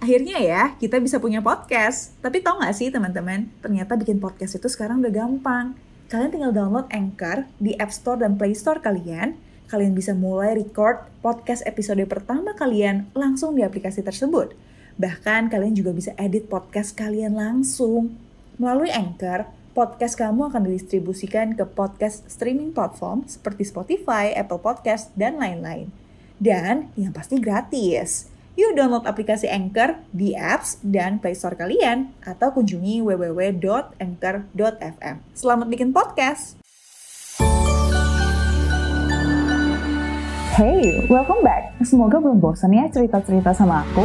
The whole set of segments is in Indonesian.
Akhirnya ya, kita bisa punya podcast. Tapi tau gak sih teman-teman, ternyata bikin podcast itu sekarang udah gampang. Kalian tinggal download Anchor di App Store dan Play Store kalian. Kalian bisa mulai record podcast episode pertama kalian langsung di aplikasi tersebut. Bahkan kalian juga bisa edit podcast kalian langsung. Melalui Anchor, podcast kamu akan didistribusikan ke podcast streaming platform seperti Spotify, Apple Podcast, dan lain-lain. Dan yang pasti gratis. Yuk download aplikasi Anchor di apps dan Play Store kalian atau kunjungi www.anchor.fm. Selamat bikin podcast! Hey, welcome back. Semoga belum bosan ya cerita-cerita sama aku.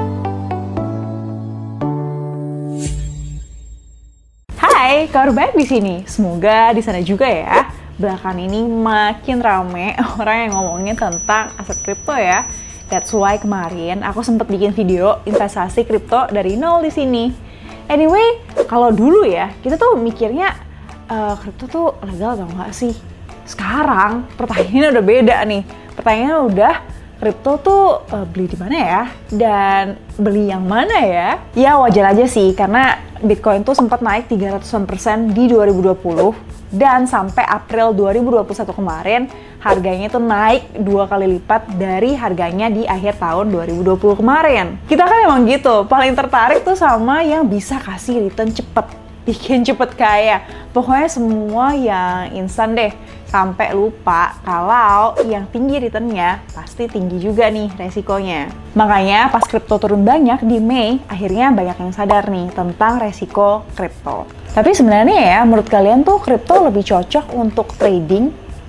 Hai, kabar baik di sini. Semoga di sana juga ya. Belakangan ini makin rame orang yang ngomongin tentang aset kripto ya. That's why kemarin aku sempat bikin video investasi kripto dari nol di sini. Anyway, kalau dulu ya, kita tuh mikirnya kripto tuh legal atau enggak sih? Sekarang pertanyaannya udah beda nih. Pertanyaannya udah kripto tuh beli di mana ya? Dan beli yang mana ya? Ya wajar aja sih, karena Bitcoin tuh sempat naik 300% di 2020. Dan sampai April 2021 kemarin, harganya itu naik 2 kali lipat dari harganya di akhir tahun 2020 kemarin. Kita kan emang gitu, paling tertarik tuh sama yang bisa kasih return cepet, bikin cepet kaya. Pokoknya semua yang instan deh, sampai lupa kalau yang tinggi returnnya pasti tinggi juga nih resikonya. Makanya pas kripto turun banyak di Mei, akhirnya banyak yang sadar nih tentang resiko kripto. Tapi sebenarnya ya, menurut kalian tuh kripto lebih cocok untuk trading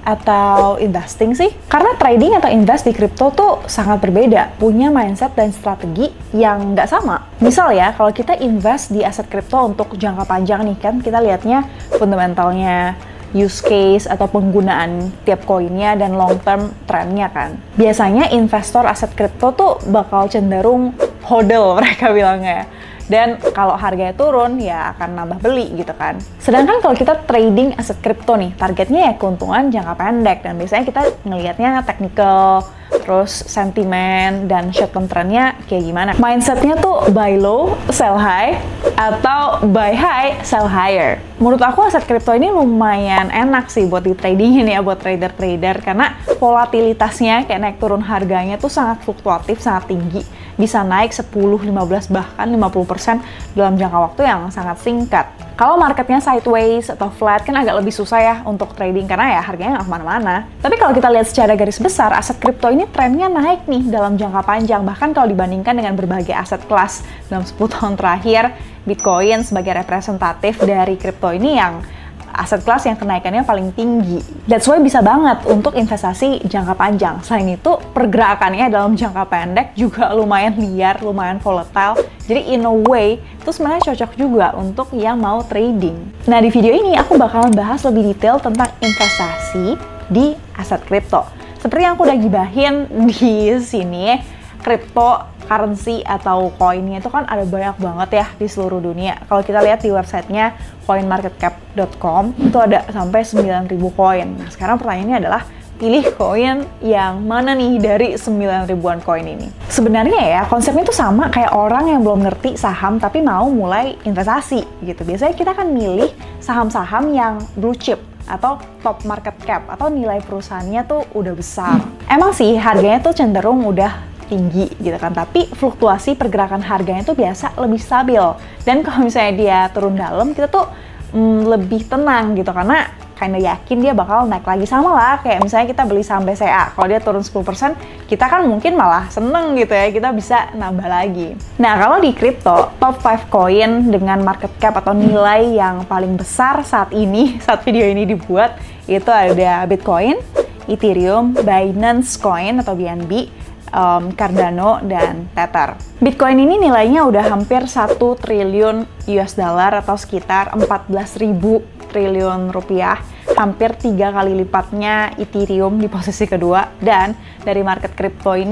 atau investing sih? Karena trading atau invest di kripto tuh sangat berbeda, punya mindset dan strategi yang nggak sama. Misal ya, kalau kita invest di aset kripto untuk jangka panjang nih kan, kita lihatnya fundamentalnya, use case atau penggunaan tiap koinnya dan long term trendnya kan. Biasanya investor aset kripto tuh bakal cenderung hodl mereka bilangnya. Dan kalau harganya turun, ya akan nambah beli gitu kan. Sedangkan kalau kita trading aset kripto nih, targetnya ya keuntungan jangka pendek. Dan biasanya kita ngelihatnya technical, terus sentimen, dan short term trendnya kayak gimana. Mindsetnya tuh buy low, sell high, atau buy high, sell higher. Menurut aku aset kripto ini lumayan enak sih buat di tradingin ya, buat trader-trader. Karena volatilitasnya kayak naik turun harganya tuh sangat fluktuatif, sangat tinggi. Bisa naik 10, 15, bahkan 50% dalam jangka waktu yang sangat singkat. Kalau marketnya sideways atau flat kan agak lebih susah ya untuk trading karena ya harganya nggak kemana-mana. Tapi kalau kita lihat secara garis besar, aset kripto ini trennya naik nih dalam jangka panjang. Bahkan kalau dibandingkan dengan berbagai aset kelas dalam 10 tahun terakhir, Bitcoin sebagai representatif dari kripto ini yang aset kelas yang kenaikannya paling tinggi. That's why bisa banget untuk investasi jangka panjang. Selain itu, pergerakannya dalam jangka pendek juga lumayan liar, lumayan volatile. Jadi in a way, itu sebenarnya cocok juga untuk yang mau trading. Nah, di video ini aku bakalan bahas lebih detail tentang investasi di aset kripto. Seperti yang aku udah gibahin di sini, kripto currency atau koinnya itu kan ada banyak banget ya di seluruh dunia. Kalau kita lihat di websitenya coinmarketcap.com itu ada sampai 9.000 koin. Nah sekarang pertanyaannya adalah pilih koin yang mana nih dari 9.000-an koin ini. Sebenarnya ya konsepnya itu sama kayak orang yang belum ngerti saham tapi mau mulai investasi gitu. Biasanya kita kan milih saham-saham yang blue chip atau top market cap atau nilai perusahaannya tuh udah besar. Emang sih harganya tuh cenderung udah tinggi gitu kan, tapi fluktuasi pergerakan harganya tuh biasa lebih stabil. Dan kalau misalnya dia turun dalam, kita tuh lebih tenang gitu karena kinda yakin dia bakal naik lagi. Sama lah kayak misalnya kita beli saham BCA, kalau dia turun 10%, kita kan mungkin malah seneng gitu ya, kita bisa nambah lagi. Nah kalau di kripto, top 5 koin dengan market cap atau nilai yang paling besar saat ini, saat video ini dibuat, itu ada Bitcoin, Ethereum, Binance Coin atau BNB, Cardano, dan Tether. Bitcoin ini nilainya udah hampir 1 triliun US dollar atau sekitar 14.000 triliun rupiah, hampir 3 kali lipatnya Ethereum di posisi kedua. Dan dari market kripto ini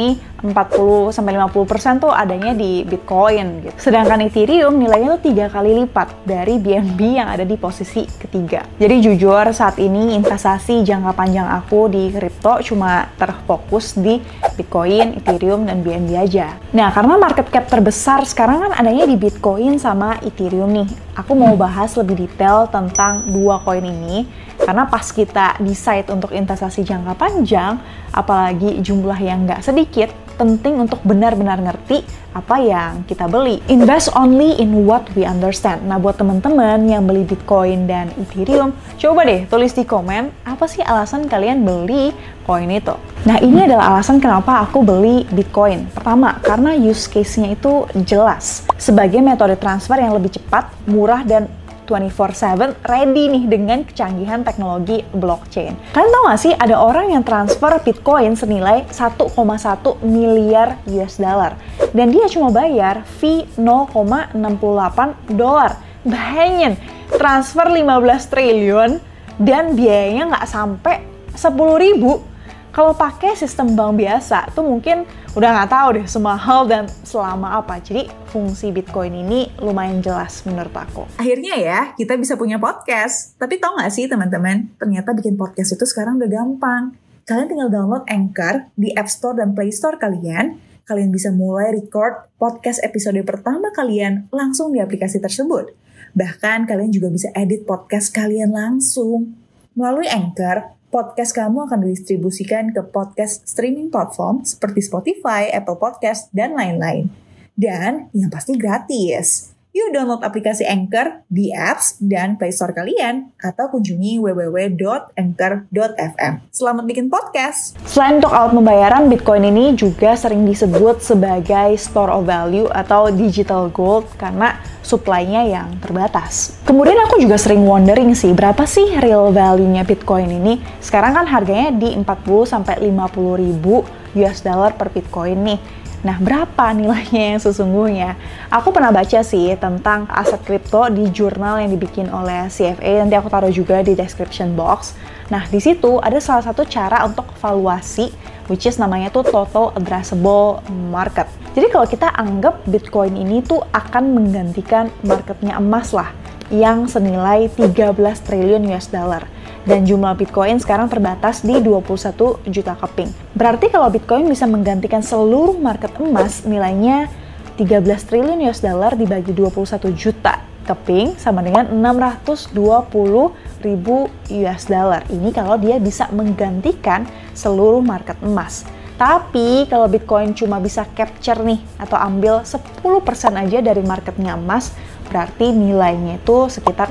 40-50% tuh adanya di Bitcoin gitu. Sedangkan Ethereum nilainya tuh 3 kali lipat dari BNB yang ada di posisi ketiga. Jadi jujur saat ini investasi jangka panjang aku di kripto cuma terfokus di Bitcoin, Ethereum, dan BNB aja. Nah, karena market cap terbesar sekarang kan adanya di Bitcoin sama Ethereum nih. Aku mau bahas lebih detail tentang dua koin ini karena pas kita decide untuk investasi jangka panjang, apalagi jumlah yang nggak sedikit, penting untuk benar-benar ngerti apa yang kita beli. Invest only in what we understand. Nah, buat teman-teman yang beli Bitcoin dan Ethereum, coba deh tulis di komen apa sih alasan kalian beli koin itu. Nah, ini adalah alasan kenapa aku beli Bitcoin. Pertama, karena use case-nya itu jelas. Sebagai metode transfer yang lebih cepat, murah, dan 24/7 ready nih dengan kecanggihan teknologi blockchain. Kalian tahu nggak sih ada orang yang transfer Bitcoin senilai 1,1 miliar US dollar dan dia cuma bayar fee 0,68 dolar. Bayangin, transfer 15 triliun dan biayanya nggak sampai 10.000. Kalau pakai sistem bank biasa tuh mungkin udah nggak tahu deh semahal dan selama apa. Jadi fungsi Bitcoin ini lumayan jelas menurut aku. Akhirnya ya, kita bisa punya podcast. Tapi tau nggak sih teman-teman, ternyata bikin podcast itu sekarang udah gampang. Kalian tinggal download Anchor di App Store dan Play Store kalian. Kalian bisa mulai record podcast episode pertama kalian langsung di aplikasi tersebut. Bahkan kalian juga bisa edit podcast kalian langsung. Melalui Anchor, podcast kamu akan didistribusikan ke podcast streaming platform seperti Spotify, Apple Podcast, dan lain-lain. Dan yang pasti gratis. Yuk download aplikasi Anchor di apps dan Play Store kalian atau kunjungi www.anchor.fm. Selamat bikin podcast! Selain untuk alat pembayaran, Bitcoin ini juga sering disebut sebagai store of value atau digital gold karena supply-nya yang terbatas. Kemudian aku juga sering wondering sih, berapa sih real value-nya Bitcoin ini? Sekarang kan harganya di 40-50 ribu US dollar per Bitcoin nih. Nah, berapa nilainya yang sesungguhnya? Aku pernah baca sih tentang aset kripto di jurnal yang dibikin oleh CFA, nanti aku taruh juga di description box. Nah, di situ ada salah satu cara untuk valuasi, which is namanya tuh total addressable market. Jadi kalau kita anggap Bitcoin ini tuh akan menggantikan marketnya emas lah, yang senilai 13 triliun US dollar. Dan jumlah Bitcoin sekarang terbatas di 21 juta keping. Berarti kalau Bitcoin bisa menggantikan seluruh market emas, nilainya 13 triliun US dollar dibagi 21 juta keping sama dengan 620 ribu US dollar. Ini kalau dia bisa menggantikan seluruh market emas. Tapi kalau Bitcoin cuma bisa capture nih atau ambil 10% aja dari marketnya emas, berarti nilainya itu sekitar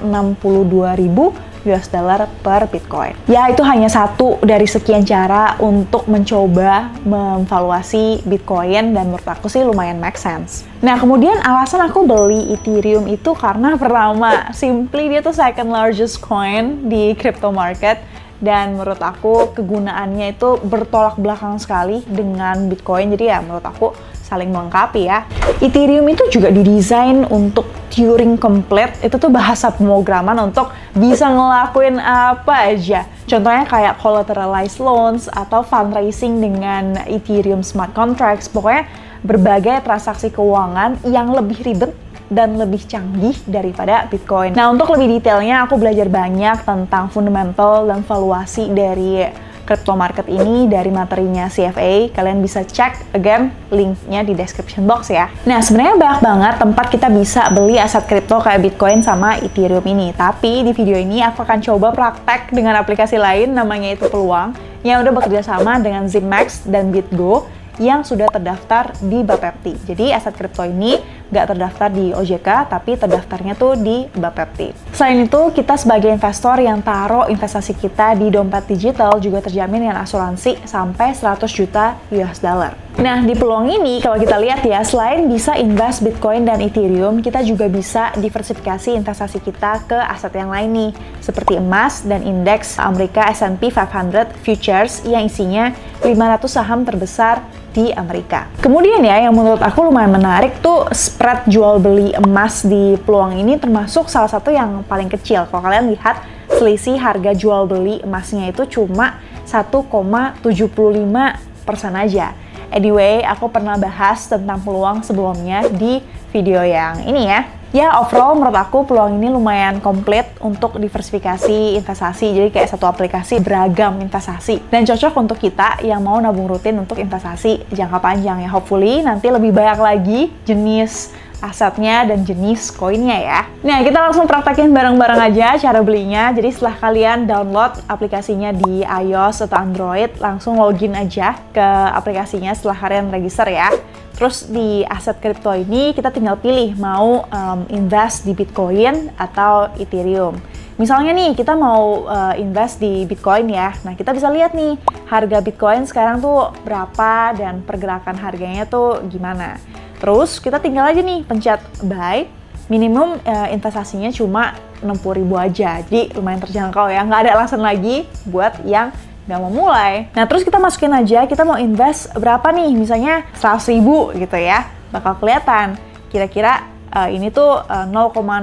62 ribu US dollar per Bitcoin. Ya, itu hanya satu dari sekian cara untuk mencoba memvaluasi Bitcoin dan menurut aku sih lumayan make sense. Nah, kemudian alasan aku beli Ethereum itu karena pertama, simply dia tuh second largest coin di crypto market dan menurut aku kegunaannya itu bertolak belakang sekali dengan Bitcoin. Jadi ya menurut aku saling melengkapi ya. Ethereum itu juga didesain untuk Turing complete, itu tuh bahasa pemrograman untuk bisa ngelakuin apa aja. Contohnya kayak collateralized loans atau fundraising dengan Ethereum smart contracts. Pokoknya berbagai transaksi keuangan yang lebih ribet dan lebih canggih daripada Bitcoin. Nah, untuk lebih detailnya aku belajar banyak tentang fundamental dan valuasi dari crypto market ini dari materinya CFA. Kalian bisa cek again linknya di description box ya. Nah, sebenarnya banyak banget tempat kita bisa beli aset kripto kayak Bitcoin sama Ethereum ini. Tapi di video ini aku akan coba praktek dengan aplikasi lain namanya itu Peluang yang udah bekerja sama dengan ZipMax dan BitGo yang sudah terdaftar di Bapepti. Jadi aset kripto ini nggak terdaftar di OJK, tapi terdaftarnya tuh di Bapepti. Selain itu, kita sebagai investor yang taruh investasi kita di dompet digital juga terjamin dengan asuransi sampai 100 juta US dollar. Nah, di Peluang ini kalau kita lihat ya, selain bisa invest Bitcoin dan Ethereum, kita juga bisa diversifikasi investasi kita ke aset yang lain nih, seperti emas dan indeks Amerika S&P 500 Futures yang isinya 500 saham terbesar di Amerika. Kemudian ya, yang menurut aku lumayan menarik tuh spread jual beli emas di Peluang ini termasuk salah satu yang paling kecil. Kalau kalian lihat selisih harga jual beli emasnya itu cuma 1,75% aja. Anyway, aku pernah bahas tentang peluang sebelumnya di video yang ini ya. Ya, overall menurut aku peluang ini lumayan komplit untuk diversifikasi investasi. Jadi kayak satu aplikasi beragam investasi. Dan cocok untuk kita yang mau nabung rutin untuk investasi jangka panjang ya. Hopefully nanti lebih banyak lagi jenis asetnya dan jenis koinnya ya. Nah, kita langsung praktekin bareng-bareng aja cara belinya. Jadi setelah kalian download aplikasinya di iOS atau Android, langsung login aja ke aplikasinya setelah kalian register ya. Terus di aset kripto ini kita tinggal pilih mau invest di Bitcoin atau Ethereum. Misalnya nih kita mau invest di Bitcoin ya. Nah, kita bisa lihat nih harga Bitcoin sekarang tuh berapa dan pergerakan harganya tuh gimana. Terus kita tinggal aja nih pencet buy, minimum investasinya cuma 60.000 aja, jadi lumayan terjangkau ya, nggak ada alasan lagi buat yang nggak mau mulai. Nah terus kita masukin aja, kita mau invest berapa nih, misalnya 100.000 gitu ya, bakal kelihatan kira-kira ini tuh 0,0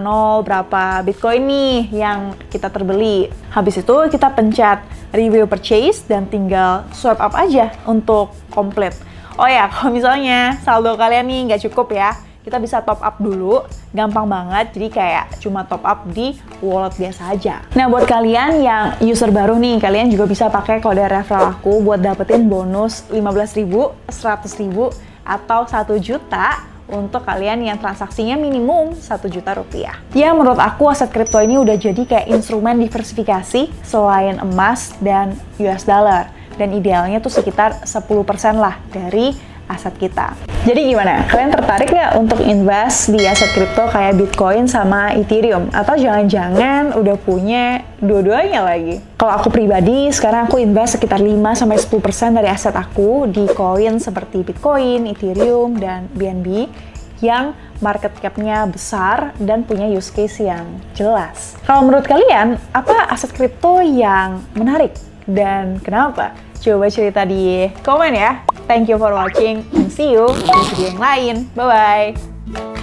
berapa Bitcoin nih yang kita terbeli. Habis itu kita pencet review purchase dan tinggal swipe up aja untuk komplit. Oh ya, kalau misalnya saldo kalian nih nggak cukup ya, kita bisa top up dulu, gampang banget, jadi kayak cuma top up di wallet biasa aja. Nah, buat kalian yang user baru nih, kalian juga bisa pakai kode referral aku buat dapetin bonus 15.000, 100.000, atau 1 juta untuk kalian yang transaksinya minimum 1 juta rupiah. Ya, menurut aku aset kripto ini udah jadi kayak instrumen diversifikasi selain emas dan US dollar. Dan idealnya tuh sekitar 10% lah dari aset kita. Jadi gimana? Kalian tertarik nggak untuk invest di aset kripto kayak Bitcoin sama Ethereum? Atau jangan-jangan udah punya dua-duanya lagi? Kalau aku pribadi, sekarang aku invest sekitar 5-10% dari aset aku di koin seperti Bitcoin, Ethereum, dan BNB yang market cap-nya besar dan punya use case yang jelas. Kalau menurut kalian, apa aset kripto yang menarik dan kenapa? Coba cerita di komen ya. Thank you for watching and see you di video yang lain. Bye-bye!